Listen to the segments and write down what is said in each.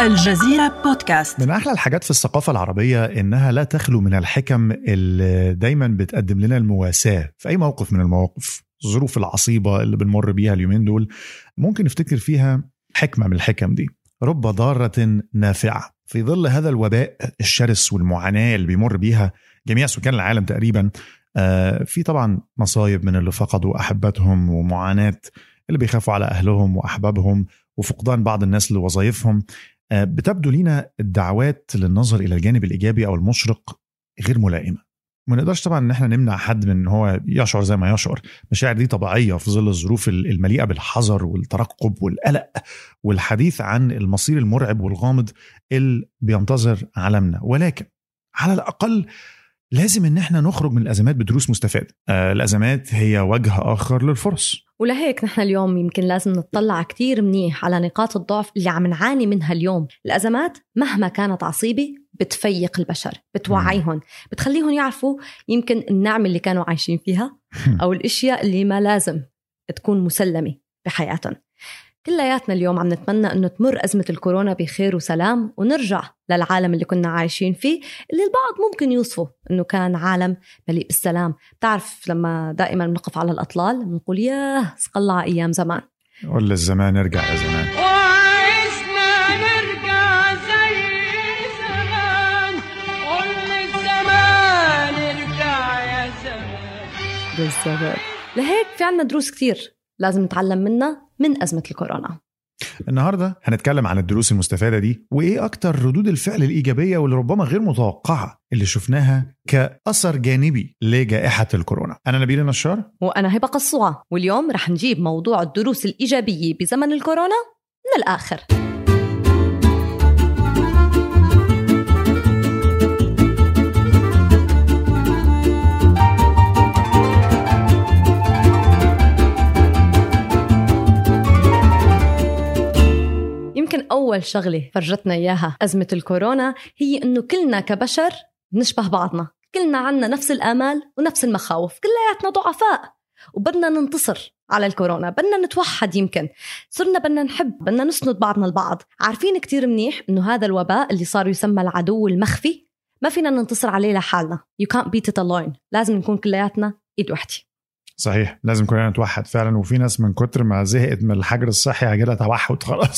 الجزيرة بودكاست. من أحلى الحاجات في الثقافة العربية إنها لا تخلو من الحكم اللي دايما بتقدم لنا المواساة في أي موقف من المواقف. الظروف العصيبة اللي بنمر بيها اليومين دول ممكن نفتكر فيها حكمة من الحكم دي. رب ضارة نافعة في ظل هذا الوباء الشرس والمعاناة اللي بيمر بيها جميع سكان العالم تقريبا. في طبعا مصايب من اللي فقدوا أحبتهم، ومعاناة اللي بيخافوا على أهلهم وأحبابهم، وفقدان بعض الناس لوظائفهم. بتبدو لنا الدعوات للنظر إلى الجانب الإيجابي أو المشرق غير ملائمة. ما نقدرش طبعا إن احنا نمنع حد من إن هو يشعر زي ما يشعر. مشاعر دي طبيعية في ظل الظروف المليئة بالحذر والترقب والقلق والحديث عن المصير المرعب والغامض اللي بينتظر عالمنا. ولكن على الأقل لازم إن احنا نخرج من الأزمات بدروس مستفادة. الأزمات هي وجه آخر للفرص، ولهيك نحن اليوم يمكن لازم نطلع كتير منيح على نقاط الضعف اللي عم نعاني منها اليوم. الأزمات مهما كانت عصيبة بتفيق البشر، بتوعيهم، بتخليهم يعرفوا يمكن النعمة اللي كانوا عايشين فيها أو الأشياء اللي ما لازم تكون مسلمة بحياتهم. كلياتنا اليوم عم نتمنى أنه تمر أزمة الكورونا بخير وسلام، ونرجع للعالم اللي كنا عايشين فيه، اللي البعض ممكن يوصفه أنه كان عالم مليء بالسلام. تعرف لما دائما بنقف على الأطلال بنقول ياه سقلع أيام زمان، قول الزمان ارجع يا زمان، وعشنا نرجع زي زمان، قول الزمان ارجع يا زمان. بالضبط. لهيك في عنا دروس كتير لازم نتعلم منها من أزمة الكورونا. النهاردة هنتكلم عن الدروس المستفادة دي، وإيه أكتر ردود الفعل الإيجابية واللي ربما غير متوقعة اللي شفناها كأثر جانبي لجائحة الكورونا. أنا نبيل نشار وأنا هبة قصوعة، واليوم رح نجيب موضوع الدروس الإيجابية بزمن الكورونا من الآخر. يمكن أول شغلة فرجتنا إياها أزمة الكورونا هي إنه كلنا كبشر نشبه بعضنا، كلنا عنا نفس الآمال ونفس المخاوف، كلياتنا ضعفاء وبدنا ننتصر على الكورونا، بدنا نتوحد، يمكن صرنا بدنا نحب، بدنا نسند بعضنا البعض. عارفين كتير منيح إنه هذا الوباء اللي صار يسمى العدو المخفي ما فينا ننتصر عليه لحالنا. You can't beat it alone. لازم نكون كلياتنا إيد واحدة. صحيح، لازم كلنا نتوحد فعلا. وفي ناس من كتر ما زهقت من الحجر الصحي هجيلها توحد خلاص.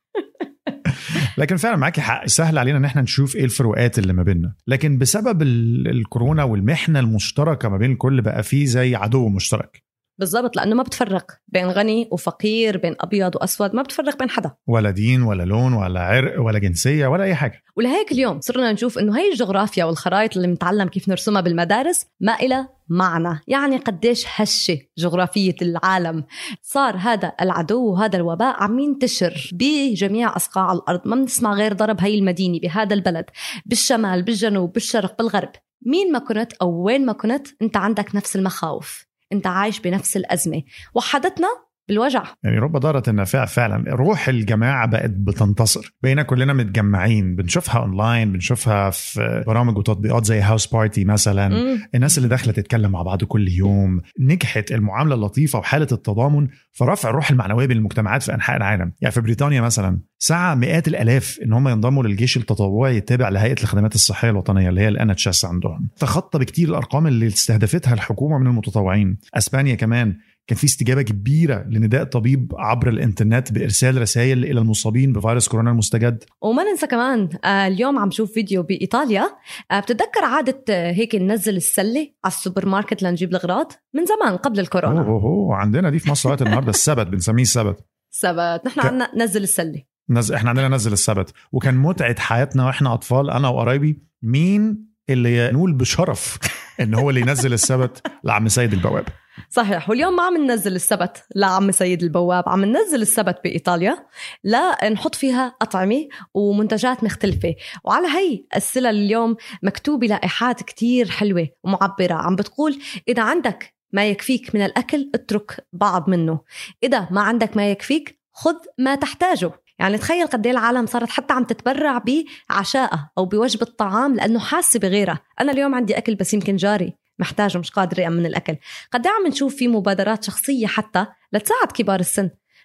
لكن فعلا معاكي حق، سهل علينا ان احنا نشوف ايه الفروقات اللي ما بيننا، لكن بسبب الكورونا والمحنة المشتركة ما بين الكل بقى فيه زي عدو مشترك. بالضبط، لأنه ما بتفرق بين غني وفقير، بين أبيض وأسود، ما بتفرق بين حدا، ولا دين ولا لون ولا عرق ولا جنسية ولا أي حاجة. ولهيك اليوم صرنا نشوف إنه هاي الجغرافيا والخرائط اللي بنتعلم كيف نرسمها بالمدارس ما إلها معنى. يعني قديش هشة جغرافية العالم. صار هذا العدو وهذا الوباء عم ينتشر بجميع أصقاع الأرض. ما بنسمع غير ضرب هاي المدينة بهذا البلد، بالشمال بالجنوب بالشرق بالغرب. مين ما كنت أو وين ما كنت أنت عندك نفس المخاوف، أنت عايش بنفس الأزمة. وحدتنا بالوجع. يعني رب ضارة نافعة فعلا. روح الجماعة بقت بتنتصر، بقينا كلنا متجمعين، بنشوفها أونلاين، بنشوفها في برامج وتطبيقات زي هاوس بارتي مثلا. الناس اللي داخلة تتكلم مع بعض كل يوم. نجحت المعاملة اللطيفة وحالة التضامن في رفع الروح المعنوية بين المجتمعات في أنحاء العالم. يعني في بريطانيا مثلا سعى مئات الآلاف إن هم ينضموا للجيش التطوعي التابع لهيئة الخدمات الصحية الوطنية اللي هي NHS عندهم. تخطى بكتير الأرقام اللي استهدفتها الحكومة من المتطوعين. أسبانيا كمان كان في استجابة كبيرة لنداء الطبيب عبر الانترنت بإرسال رسائل إلى المصابين بفيروس كورونا المستجد. وما ننسى كمان اليوم عم شوف فيديو بإيطاليا. بتتذكر عادة هيك ننزل السلة على السوبر ماركت لنجيب الأغراض من زمان قبل الكورونا. عندنا دي في مصر وقت النهاردة السبت، بنسميه السبت. نحن عندنا نزل السلة. احنا عندنا نزل السبت. وكان متعة حياتنا وإحنا أطفال أنا وقرايبي مين اللي نقول بشرف إن هو اللي ينزل السبت لعم سيد البواب. صحيح. واليوم ما عم ننزل السبت لعم سيد البواب، عم ننزل السبت بإيطاليا لا نحط فيها أطعمة ومنتجات مختلفة. وعلى هاي السلة اليوم مكتوبة لائحات كتير حلوة ومعبرة عم بتقول إذا عندك ما يكفيك من الأكل اترك بعض منه، إذا ما عندك ما يكفيك خذ ما تحتاجه. يعني تخيل قد ايه العالم صارت حتى عم تتبرع بعشاء أو بوجبة طعام لأنه حاسة بغيرها. أنا اليوم عندي أكل بس يمكن جاري محتاجه مش قادر يأمن الأكل. قد عم نشوف في مبادرات شخصية حتى لتساعد كبار السن.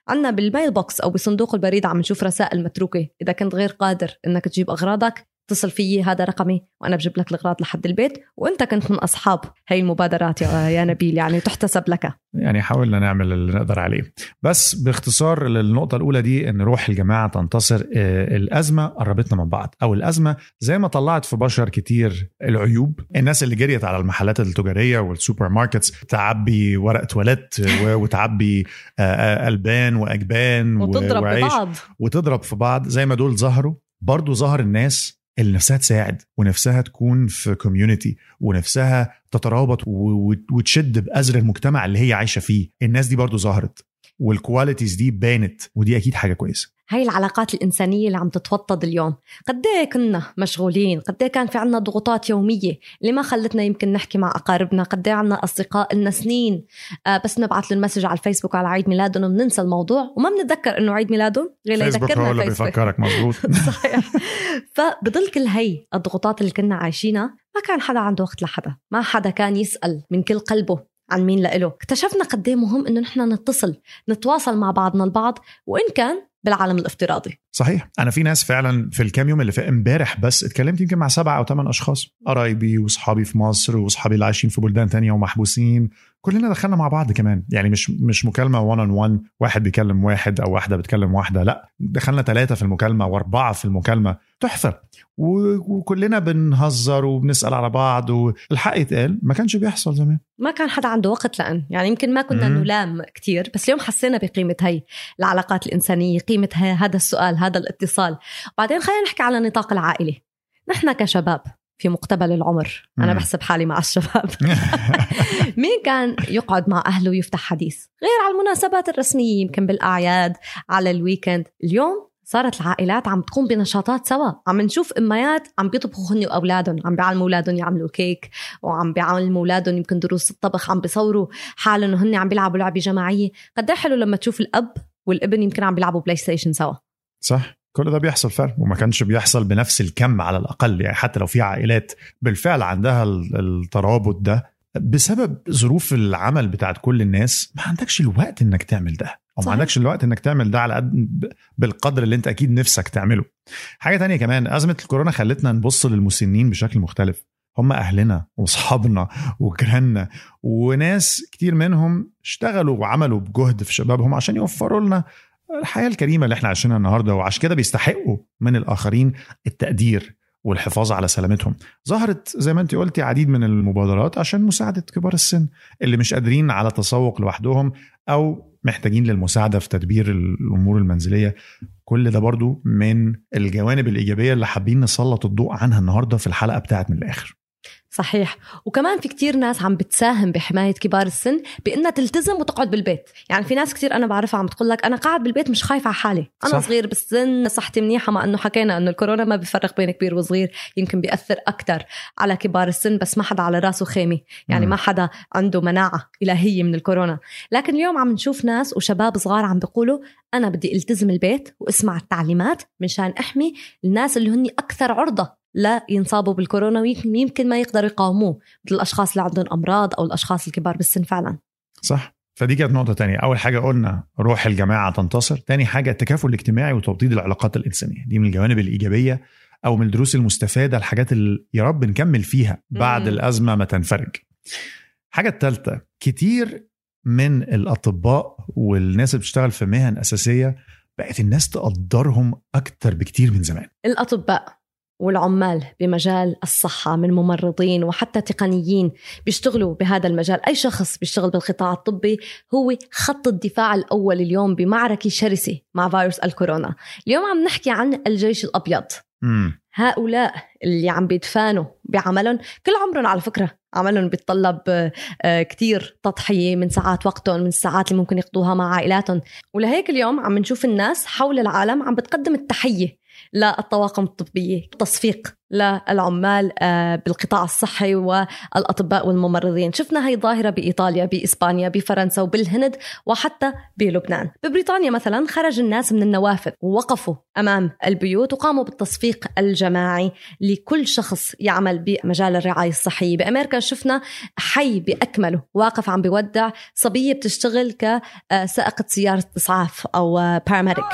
عنا بالميل بوكس أو بصندوق البريد عم نشوف رسائل متروكة. إذا كنت غير قادر إنك تجيب أغراضك اتصل فيي، هذا رقمي وأنا بجيب لك الأغراض لحد البيت. وأنت كنت من أصحاب هاي المبادرات يا نبيل، يعني تحتسب لك. يعني حاولنا نعمل اللي نقدر عليه. بس باختصار للنقطة الأولى دي، إن روح الجماعة تنتصر. الأزمة قربتنا من بعض، أو الأزمة زي ما طلعت في بشر كتير العيوب. الناس اللي جريت على المحلات التجارية والسوبر ماركتس تعبي ورق تواليت وتعبي ألبان وأجبان وتضرب ببعض وتضرب في بعض، زي ما دول ظهروا برضو ظهر الناس اللي نفسها تساعد ونفسها تكون في كوميونيتي ونفسها تترابط وتشد بأزر المجتمع اللي هي عايشة فيه. الناس دي برضو ظهرت والكواليتيز دي بانت، ودي أكيد حاجة كويسة. هاي العلاقات الإنسانية اللي عم تتوطد اليوم. قديه كنا مشغولين، قديه كان في عنا ضغوطات يومية اللي ما خلتنا يمكن نحكي مع أقاربنا، قديه عنا أصدقاء لنا سنين بس نبعث له المسج على الفيسبوك على عيد ميلادهم وبننسى الموضوع وما بنتذكر إنه عيد ميلادهم غير يذكرنا الفيسبوك. بيفكرك مظبوط. صحيح. فبضل كل هاي الضغوطات اللي كنا عايشينها ما كان حدا عنده وقت لحدا، ما حدا كان يسأل من كل قلبه عن مين لإله. اكتشفنا قديه مهم إنه نحن نتصل نتواصل مع بعضنا البعض، وإن كان بالعالم الافتراضي. صحيح. أنا في ناس فعلا في الكام يوم اللي في امبارح بس اتكلمت يمكن مع 7 أو 8 أشخاص، قرايبي وصحابي في مصر وصحابي اللي عايشين في بلدان تانية ومحبوسين. كلنا دخلنا مع بعض كمان، يعني مش مكالمة 1-on-1 واحد بيكلم واحد أو واحدة بتكلم واحدة، لا دخلنا 3 في المكالمة و4 في المكالمة. تحفة. وكلنا بنهزر وبنسأل على بعض، والحق يتقال ما كانش بيحصل زمان. ما كان حدا عنده وقت لأن يعني يمكن ما كنا نلام كتير، بس اليوم حسينا بقيمة هاي العلاقات الإنسانية، قيمة هذا السؤال، هذا الاتصال. وبعدين خلينا نحكي على نطاق العائلة. نحن كشباب في مقتبل العمر، أنا بحسب حالي مع الشباب. مين كان يقعد مع أهله ويفتح حديث غير على المناسبات الرسمية، يمكن بالأعياد على الويكند؟ اليوم صارت العائلات عم تقوم بنشاطات سوا. عم نشوف أميات عم بيطبخوا هن وأولادهم، عم بيعلموا أولادهم يعملوا كيك، وعم بيعلموا أولادهم يمكن دروس الطبخ، عم بيصوروا حالهم هن عم بيلعبوا لعبة جماعية. قد حلو لما تشوف الأب والابن يمكن عم بيلعبوا بلاي ستيشن سوا. صح. كل ده بيحصل فعلا، وما كانش بيحصل بنفس الكم على الأقل. يعني حتى لو في عائلات بالفعل عندها الترابط ده، بسبب ظروف العمل بتاعت كل الناس ما عندكش الوقت انك تعمل ده، او ما عندكش الوقت انك تعمل ده على بالقدر اللي انت اكيد نفسك تعمله. حاجة تانية كمان، أزمة الكورونا خلتنا نبص للمسنين بشكل مختلف. هم أهلنا وصحابنا وجيراننا، وناس كتير منهم اشتغلوا وعملوا بجهد في شبابهم عشان يوفروا لنا الحياة الكريمة اللي احنا عايشينها النهاردة، وعشان كده بيستحقوا من الآخرين التقدير والحفاظ على سلامتهم. ظهرت زي ما انت قلتي عديد من المبادرات عشان مساعدة كبار السن اللي مش قادرين على تسوق لوحدهم أو محتاجين للمساعدة في تدبير الأمور المنزلية. كل ده برضو من الجوانب الإيجابية اللي حابين نسلط الضوء عنها النهاردة في الحلقة بتاعت من الآخر. صحيح. وكمان في كتير ناس عم بتساهم بحماية كبار السن بأنها تلتزم وتقعد بالبيت. يعني في ناس كتير أنا بعرفها عم تقول لك أنا قاعد بالبيت مش خايف على حالي، أنا صح. صغير بالسن، صحتي منيحة، مع أنه حكينا أنه الكورونا ما بيفرق بين كبير وصغير، يمكن بيأثر أكتر على كبار السن، بس ما حدا على راسه خيمة، يعني ما حدا عنده مناعة إلهية من الكورونا. لكن اليوم عم نشوف ناس وشباب صغار عم بيقولوا أنا بدي التزم البيت واسمع التعليمات منشان أحمي الناس اللي هني أكثر عرضة لا ينصابوا بالكورونا ويمكن ما يقدروا يقاوموه، مثل الأشخاص اللي عندهم أمراض أو الأشخاص الكبار بالسن فعلا. صح. فدي كانت نقطة تانية. أول حاجة قلنا روح الجماعة تنتصر. تاني حاجة التكافل الاجتماعي وتوطيد العلاقات الإنسانية. دي من الجوانب الإيجابية أو من الدروس المستفادة، الحاجات اللي يا رب نكمل فيها بعد الأزمة ما تنفرج. حاجة الثالثة، كتير من الأطباء والناس اللي بتشتغل في مهن أساسية بقت الناس تقدرهم أكتر بكتير من زمان. الأطباء والعمال بمجال الصحة من ممرضين وحتى تقنيين بيشتغلوا بهذا المجال. أي شخص بيشتغل بالقطاع الطبي هو خط الدفاع الأول اليوم بمعركة شرسة مع فيروس الكورونا. اليوم عم نحكي عن الجيش الأبيض. هؤلاء اللي عم بيدفانوا بعملهم كل عمرهم، على فكرة عملهم بيتطلب كتير تضحية من ساعات وقتهم، من الساعات اللي ممكن يقضوها مع عائلاتهم. ولهيك اليوم عم نشوف الناس حول العالم عم بتقدم التحية للطواقم الطبية، تصفيق للعمال بالقطاع الصحي والأطباء والممرضين. شفنا هاي ظاهرة بإيطاليا، بإسبانيا، بفرنسا، وبالهند، وحتى بلبنان. ببريطانيا مثلا خرج الناس من النوافذ ووقفوا أمام البيوت وقاموا بالتصفيق الجماعي لكل شخص يعمل بمجال الرعاية الصحية. بأمريكا شفنا حي بأكمله واقف عم بيودع صبية بتشتغل كسائقة سيارة إسعاف أو باراميديك.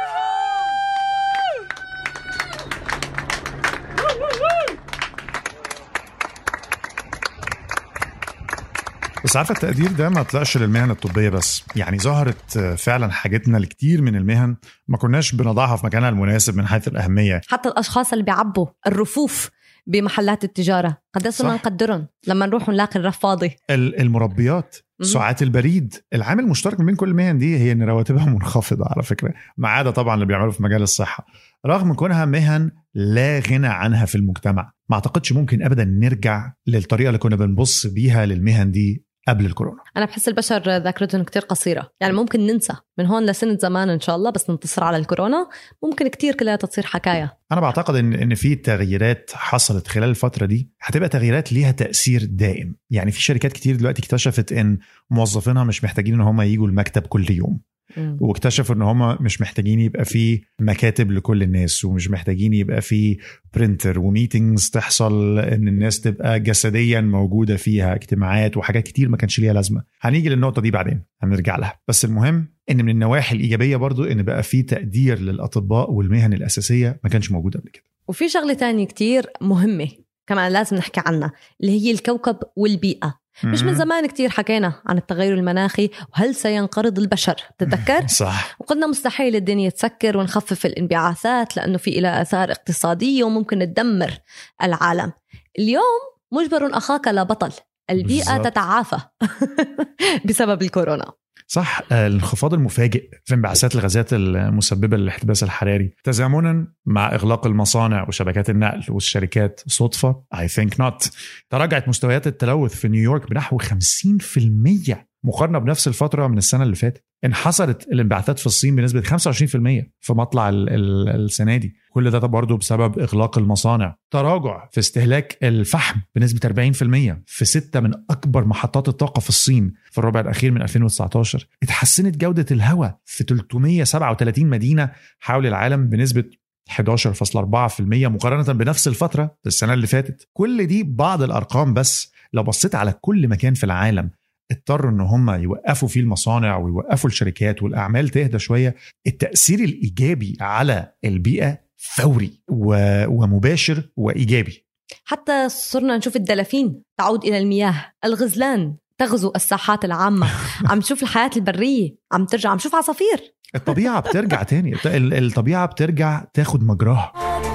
بس عارفة التقدير ده ما طلعش للمهن الطبية بس، يعني ظهرت فعلا حاجتنا لكتير من المهن ما كناش بنضعها في مكانها المناسب من حيث الأهمية. حتى الأشخاص اللي بيعبوا الرفوف بمحلات التجارة قد صرنا نقدرهم لما نروح نلاقي الرف فاضي. المربيات، ساعات البريد، العامل المشترك بين كل المهن دي هي ان رواتبها منخفضة على فكرة، ما عدا طبعا اللي بيعملوا في مجال الصحة، رغم كونها مهن لا غنى عنها في المجتمع. ما اعتقدش ممكن ابدا نرجع للطريقة اللي كنا بنبص بيها للمهن دي قبل الكورونا. أنا بحس البشر ذاكرتهم كتير قصيرة، يعني ممكن ننسى من هون لسنة زمان إن شاء الله، بس ننتصر على الكورونا ممكن كتير كلها تصير حكاية. أنا بعتقد إن في تغييرات حصلت خلال الفترة دي هتبقى تغييرات ليها تأثير دائم. يعني في شركات كتير دلوقتي اكتشفت إن موظفينها مش محتاجين إن هم ييجوا المكتب كل يوم، واكتشفوا ان هم مش محتاجين يبقى في مكاتب لكل الناس، ومش محتاجين يبقى في برينتر وميتينجز تحصل ان الناس تبقى جسديا موجودة فيها، اجتماعات وحاجات كتير ما كانش ليها لازمة. هنيجي للنقطة دي بعدين، هنرجع لها. بس المهم ان من النواحي الإيجابية برضو ان بقى في تقدير للأطباء والمهن الأساسية ما كانش موجودة قبل كده. وفي شغلة تانية كتير مهمة كمان لازم نحكي عنها، اللي هي الكوكب والبيئة. مش من زمان كتير حكينا عن التغير المناخي وهل سينقرض البشر، تتذكر؟ صح. وقلنا مستحيل الدنيا تسكر ونخفف الانبعاثات لأنه في إلى آثار اقتصادية وممكن تدمر العالم. اليوم مجبر أخاك لا بطل، البيئة بالزبط. تتعافى بسبب الكورونا. صح. الانخفاض المفاجئ في انبعاثات الغازات المسببة للاحتباس الحراري تزامنا مع إغلاق المصانع وشبكات النقل والشركات صدفة؟ I think not. تراجعت مستويات التلوث في نيويورك بنحو 50% مقارنة بنفس الفترة من السنة اللي فاتت. انحصرت الانبعاثات في الصين بنسبة 25% في مطلع السنة دي. كل ده برضو بسبب إغلاق المصانع. تراجع في استهلاك الفحم بنسبة 40% في 6 من أكبر محطات الطاقة في الصين في الربع الأخير من 2019. اتحسنت جودة الهواء في 337 مدينة حول العالم بنسبة 11.4% مقارنة بنفس الفترة السنة اللي فاتت. كل دي بعض الأرقام، بس لو بصيت على كل مكان في العالم اضطروا ان هم يوقفوا فيه المصانع ويوقفوا الشركات والاعمال تهدى شويه، التاثير الايجابي على البيئه فوري ومباشر وايجابي. حتى صرنا نشوف الدلافين تعود الى المياه، الغزلان تغزو الساحات العامه، عم نشوف الحياه البريه عم ترجع، عم نشوف عصافير. الطبيعه بترجع تاني، الطبيعه بترجع تاخد مجراها.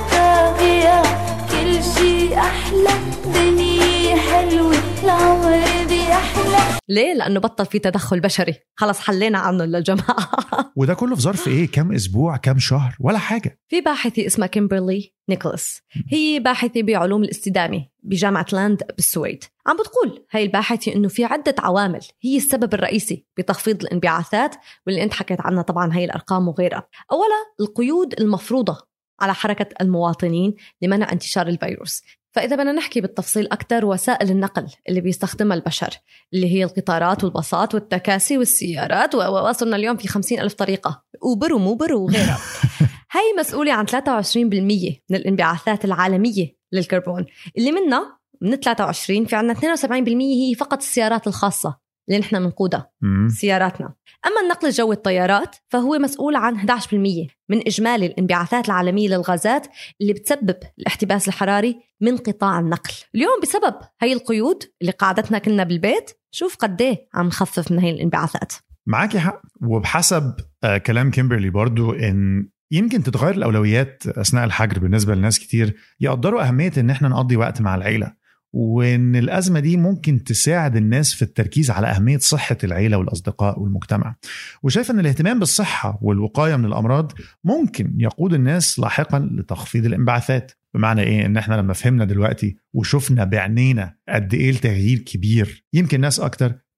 كل شيء احلى، دنيا حلوه، العمر أحلى. ليه؟ لأنه بطل في تدخل بشري، خلص حلينا عنه للجماعة. وده كله في ظرف إيه؟ كم أسبوع، كم شهر، ولا حاجة. في باحثة اسمها كيمبرلي نيكولاس، هي باحثة بعلوم الاستدامة بجامعة لاند بالسويد. عم بتقول هاي الباحثة إنه في عدة عوامل هي السبب الرئيسي بتخفيض الانبعاثات، واللي أنت حكيت عنها طبعا هاي الأرقام وغيرها. أولا القيود المفروضة على حركة المواطنين لمنع انتشار الفيروس. فإذا بدنا نحكي بالتفصيل أكتر، وسائل النقل اللي بيستخدمها البشر اللي هي القطارات والباصات والتكاسي والسيارات، ووصلنا اليوم في 50,000 طريقة، أوبر وموبر وغيرها. هاي مسؤولة عن 23% من الانبعاثات العالمية للكربون، اللي منها من 23 في عنا 72% هي فقط السيارات الخاصة اللي نحن منقودها سياراتنا. أما النقل الجوي الطيارات فهو مسؤول عن 11% من إجمالي الانبعاثات العالمية للغازات اللي بتسبب الاحتباس الحراري من قطاع النقل. اليوم بسبب هاي القيود اللي قاعدتنا كلنا بالبيت، شوف قديه عم نخفف من هاي الانبعاثات. معاكي حق. وبحسب كلام كيمبرلي برضو إن يمكن تتغير الأولويات أثناء الحجر بالنسبة لناس كتير يقدروا أهمية إن احنا نقضي وقت مع العيلة، وإن الأزمة دي ممكن تساعد الناس في التركيز على أهمية صحة العيلة والأصدقاء والمجتمع. وشايف أن الاهتمام بالصحة والوقاية من الأمراض ممكن يقود الناس لاحقا لتخفيض الانبعاثات. بمعنى إيه؟ إن إحنا لما فهمنا دلوقتي وشفنا بعنينا قد إيه التغيير كبير، يمكن ناس أكتر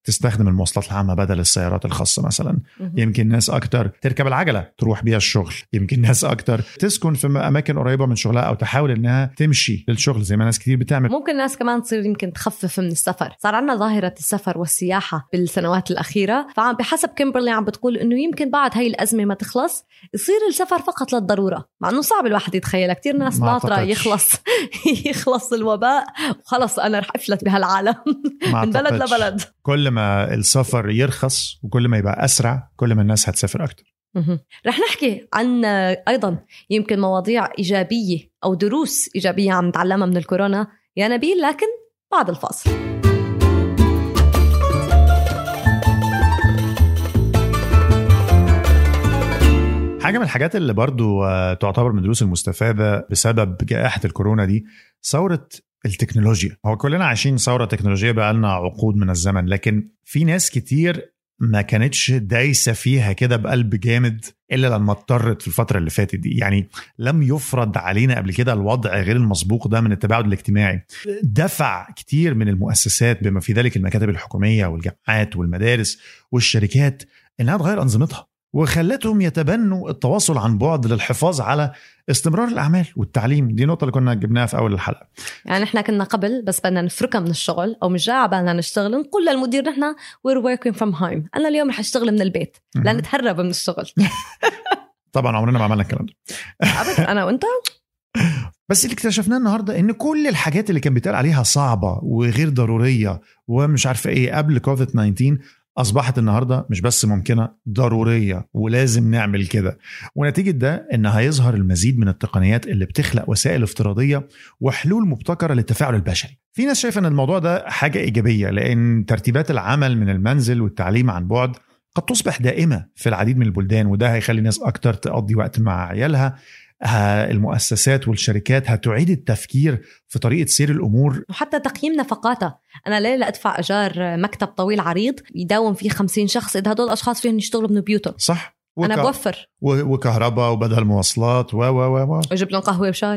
تستخدم المواصلات العامة بدل السيارات الخاصة مثلا. يمكن ناس أكتر تركب العجلة تروح بيها الشغل. يمكن ناس أكتر تسكن في أماكن قريبة من شغلها أو تحاول إنها تمشي للشغل زي ما ناس كتير بتعمل. ممكن ناس كمان تصير يمكن تخفف من السفر. صار عندنا ظاهرة السفر والسياحة بالسنوات الأخيرة، فبحسب كيمبرلي عم بتقول إنه يمكن بعد هاي الأزمة ما تخلص يصير السفر فقط للضرورة، مع إنه صعب الواحد يتخيل. كتير ناس ناطرة يخلص الوباء وخلص أنا رح أفلت بهالعالم من بلد لبلد. كل ما السفر يرخص وكل ما يبقى أسرع كل ما الناس هتسافر أكتر. رح نحكي عن أيضا يمكن مواضيع إيجابية أو دروس إيجابية عم نتعلمها من الكورونا يا نبيل، لكن بعد الفاصل. حاجة من الحاجات اللي برضو تعتبر من دروس المستفادة بسبب جائحة الكورونا دي ثورة التكنولوجيا. هو كلنا عايشين ثورة تكنولوجية بقالنا عقود من الزمن، لكن في ناس كتير ما كانتش دايسة فيها كده بقلب جامد إلا لما اضطرت في الفترة اللي فاتت دي. يعني لم يفرض علينا قبل كده الوضع غير المسبوق ده من التباعد الاجتماعي. دفع كتير من المؤسسات بما في ذلك المكاتب الحكومية والجامعات والمدارس والشركات إنها تغير أنظمتها، وخلتهم يتبنوا التواصل عن بعد للحفاظ على استمرار الأعمال والتعليم. دي نقطة اللي كنا جبناها في أول الحلقة. يعني إحنا كنا قبل بس بدنا نفركها من الشغل أو مش جاي عبالنا نشتغل، نقول للمدير نحنا we're working from home، أنا اليوم رح أشتغل من البيت لا نتهرب من الشغل. طبعا عمرنا ما عملنا الكلام ده أبدا أنا وأنت. بس اللي اكتشفناه النهاردة إن كل الحاجات اللي كان بيتقال عليها صعبة وغير ضرورية ومش عارفة إيه قبل كوفيد-19 أصبحت النهاردة مش بس ممكنة، ضرورية، ولازم نعمل كده. ونتيجة ده إن هيظهر المزيد من التقنيات اللي بتخلق وسائل افتراضية وحلول مبتكرة للتفاعل البشري. في ناس شايفة أن الموضوع ده حاجة إيجابية، لأن ترتيبات العمل من المنزل والتعليم عن بعد قد تصبح دائمة في العديد من البلدان، وده هيخلي ناس أكتر تقضي وقت مع عيالها. المؤسسات والشركات هتعيد التفكير في طريقة سير الأمور وحتى تقييم نفقاتها. أنا ليه لا أدفع أجار مكتب طويل عريض يداوم فيه 50 شخص إذا هدول الأشخاص فيهم يشتغلوا من بيوتهم؟ صح. أنا بوفر وكهرباء وبدل مواصلات وجيب لهم قهوة وشاي.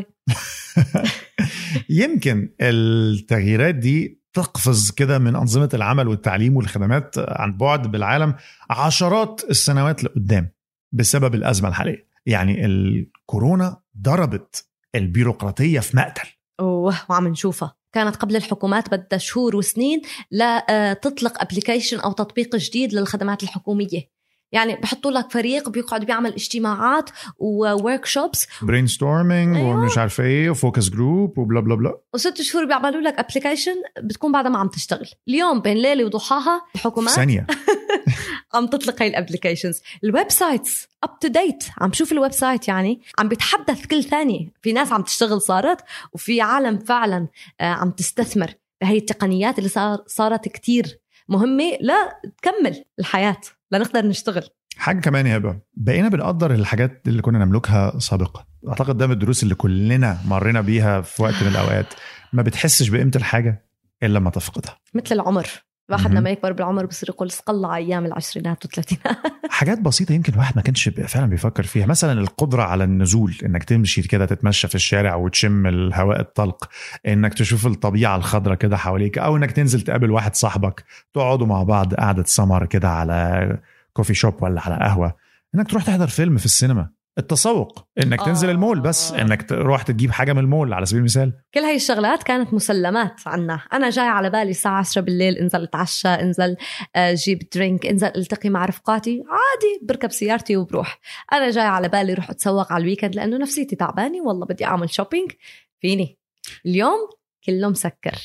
يمكن التغييرات دي تقفز كده من أنظمة العمل والتعليم والخدمات عن بعد بالعالم عشرات السنوات لقدام بسبب الأزمة الحالية. يعني الكورونا ضربت البيروقراطية في مقتل. وعم نشوفها. كانت قبل الحكومات بدها شهور وسنين لا تطلق ابليكيشن أو تطبيق جديد للخدمات الحكومية. يعني بحطوا لك فريق بيقعد بيعمل اجتماعات ووركشوبس برين ستورمينج ومش عارفه ايه وفوكس جروب وبلا بلا بلا، و6 شهور بيعملوا لك ابليكيشن بتكون بعدها ما عم تشتغل. اليوم بين ليله وضحاها الحكومات ثانيه عم تطلق هاي الابليكيشنز. الويب سايتس اب تو ديت، عم شوف الويب سايت يعني عم بيتحدث كل ثانيه. في ناس عم تشتغل صارت، وفي عالم فعلا عم تستثمر بهاي التقنيات اللي صارت كتير مهمه لا تكمل الحياه لنقدر نشتغل. حاجة كمان يا هبة، بقينا بنقدر الحاجات اللي كنا نملكها سابقا. أعتقد ده من الدروس اللي كلنا مرينا بيها في وقت من الأوقات. ما بتحسش بقيمة الحاجة إلا لما تفقدها. مثل العمر، الواحد لما يكبر بالعمر بصير يقول اسقلع أيام العشرينات والثلاثينات. حاجات بسيطة يمكن الواحد ما كانش فعلا بيفكر فيها، مثلا القدرة على النزول، إنك تمشي كده تتمشى في الشارع وتشم الهواء الطلق، إنك تشوف الطبيعة الخضرة كده حواليك، أو إنك تنزل تقابل واحد صاحبك تقعدوا مع بعض قعدة سمر كده على كوفي شوب ولا على قهوة، إنك تروح تحضر فيلم في السينما، التسوق، إنك تنزل المول، بس إنك تروح تجيب حاجة من المول على سبيل المثال. كل هاي الشغلات كانت مسلمات عنا. أنا جاي على بالي الساعة 10 بالليل انزل اتعشى، انزل جيب درينك، انزل التقي مع رفقاتي، عادي بركب سيارتي وبروح. أنا جاي على بالي روح اتسوق على الويكند لأنه نفسيتي تعباني والله بدي أعمل شوبينج فيني. اليوم كله مسكر.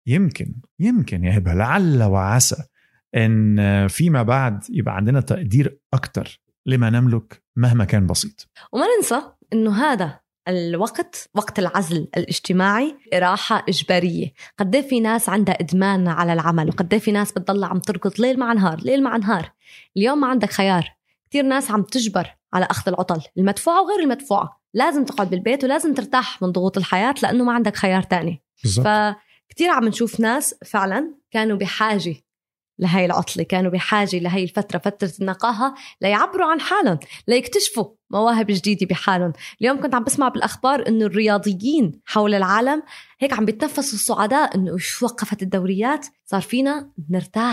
يمكن يا هبة لعل وعسى إن فيما بعد يبقى عندنا تقدير أكتر لما نملك مهما كان بسيط. وما ننسى إنه هذا الوقت وقت العزل الاجتماعي راحة إجبارية. قد في ناس عندها إدمان على العمل، وقد في ناس بتضل عم تركض ليل مع نهار. اليوم ما عندك خيار. كتير ناس عم تجبر على أخذ العطل المدفوعة وغير المدفوعة. لازم تقعد بالبيت ولازم ترتاح من ضغوط الحياة لأنه ما عندك خيار تاني. فكتير عم نشوف ناس فعلا كانوا بحاجة لهي العطلة، كانوا بحاجة لهي الفترة، فترة النقاهة، ليعبروا عن حالهم، ليكتشفوا مواهب جديدة بحالهم. اليوم كنت عم بسمع بالأخبار إنه الرياضيين حول العالم هيك عم بيتنفسوا الصعداء إنه شو وقفت الدوريات، صار فينا نرتاح.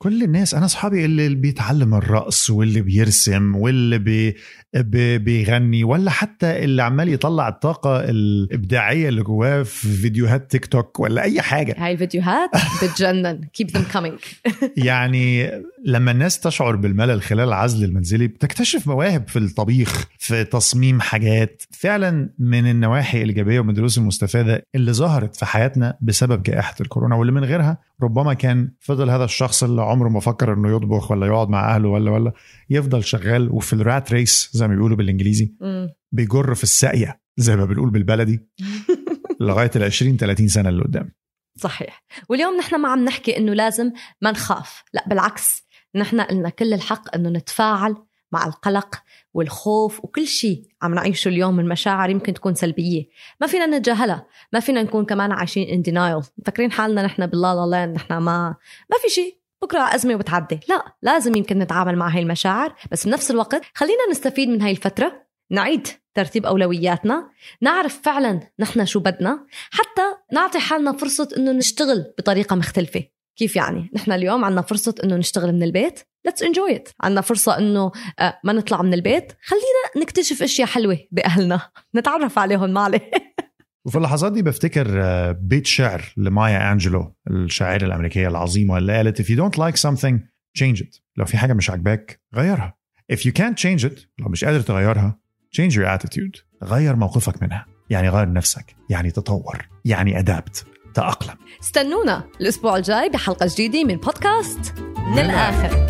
كل الناس، أنا أصحابي اللي بيتعلم الرقص واللي بيرسم واللي بيغني، ولا حتى اللي عمال يطلع الطاقة الإبداعية اللي جواه في فيديوهات تيك توك ولا أي حاجة. هاي الفيديوهات بتجنن. keep them coming. يعني لما الناس تشعر بالملل خلال العزل المنزلي بتكتشف مواهب في الطبيخ، في تصميم حاجات. فعلا من النواحي الإيجابية ومن الدروس المستفادة اللي ظهرت في حياتنا بسبب جائحة الكورونا، واللي من غيرها ربما كان فضل هذا الشخص اللي عمره ما فكر انه يطبخ ولا يقعد مع اهله ولا يفضل شغال وفي الرات ريس زي ما بيقولوا بالانجليزي، بيجر في الساقية زي ما بنقول بالبلدي لغاية 20-30 سنة اللي قدام. صحيح. واليوم نحن ما عم نحكي انه لازم ما نخاف، لا بالعكس، نحن قلنا كل الحق انه نتفاعل مع القلق والخوف وكل شيء عم نعيشه اليوم من مشاعر يمكن تكون سلبية، ما فينا نتجاهلها، ما فينا نكون كمان عايشين in denial فاكرين حالنا نحن بالله لا نحن ما في شيء، بكرة أزمة وبتعدي. لا، لازم يمكن نتعامل مع هاي المشاعر، بس بنفس الوقت خلينا نستفيد من هاي الفترة، نعيد ترتيب أولوياتنا، نعرف فعلا نحن شو بدنا، حتى نعطي حالنا فرصة إنه نشتغل بطريقة مختلفة. كيف يعني؟ نحن اليوم عنا فرصة إنه نشتغل من البيت، let's enjoy it. عنا فرصة إنه ما نطلع من البيت، خلينا نكتشف أشياء حلوة بأهلنا نتعرف عليهم معلي. وفي اللحظات دي بفتكر بيت شعر لمايا أنجلو الشاعرة الأمريكية العظيمة اللي قالت if you don't like something change it. لو في حاجة مش عجباك غيرها. if you can't change it، لو مش قادر تغيرها change your attitude. غير موقفك منها، يعني غير نفسك، يعني تطور، يعني adapt، تأقلم. استنونا الأسبوع الجاي بحلقة جديدة من بودكاست للآخر.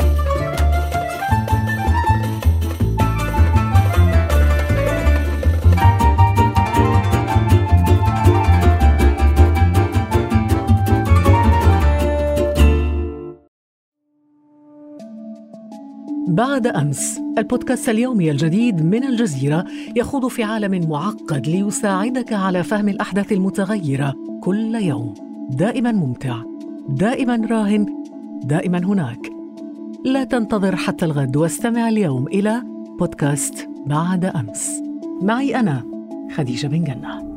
بعد أمس، البودكاست اليومي الجديد من الجزيرة يخوض في عالم معقد ليساعدك على فهم الأحداث المتغيرة كل يوم. دائما ممتع، دائما راهن، دائما هناك. لا تنتظر حتى الغد واستمع اليوم إلى بودكاست بعد أمس. معي أنا خديجة بن جنة.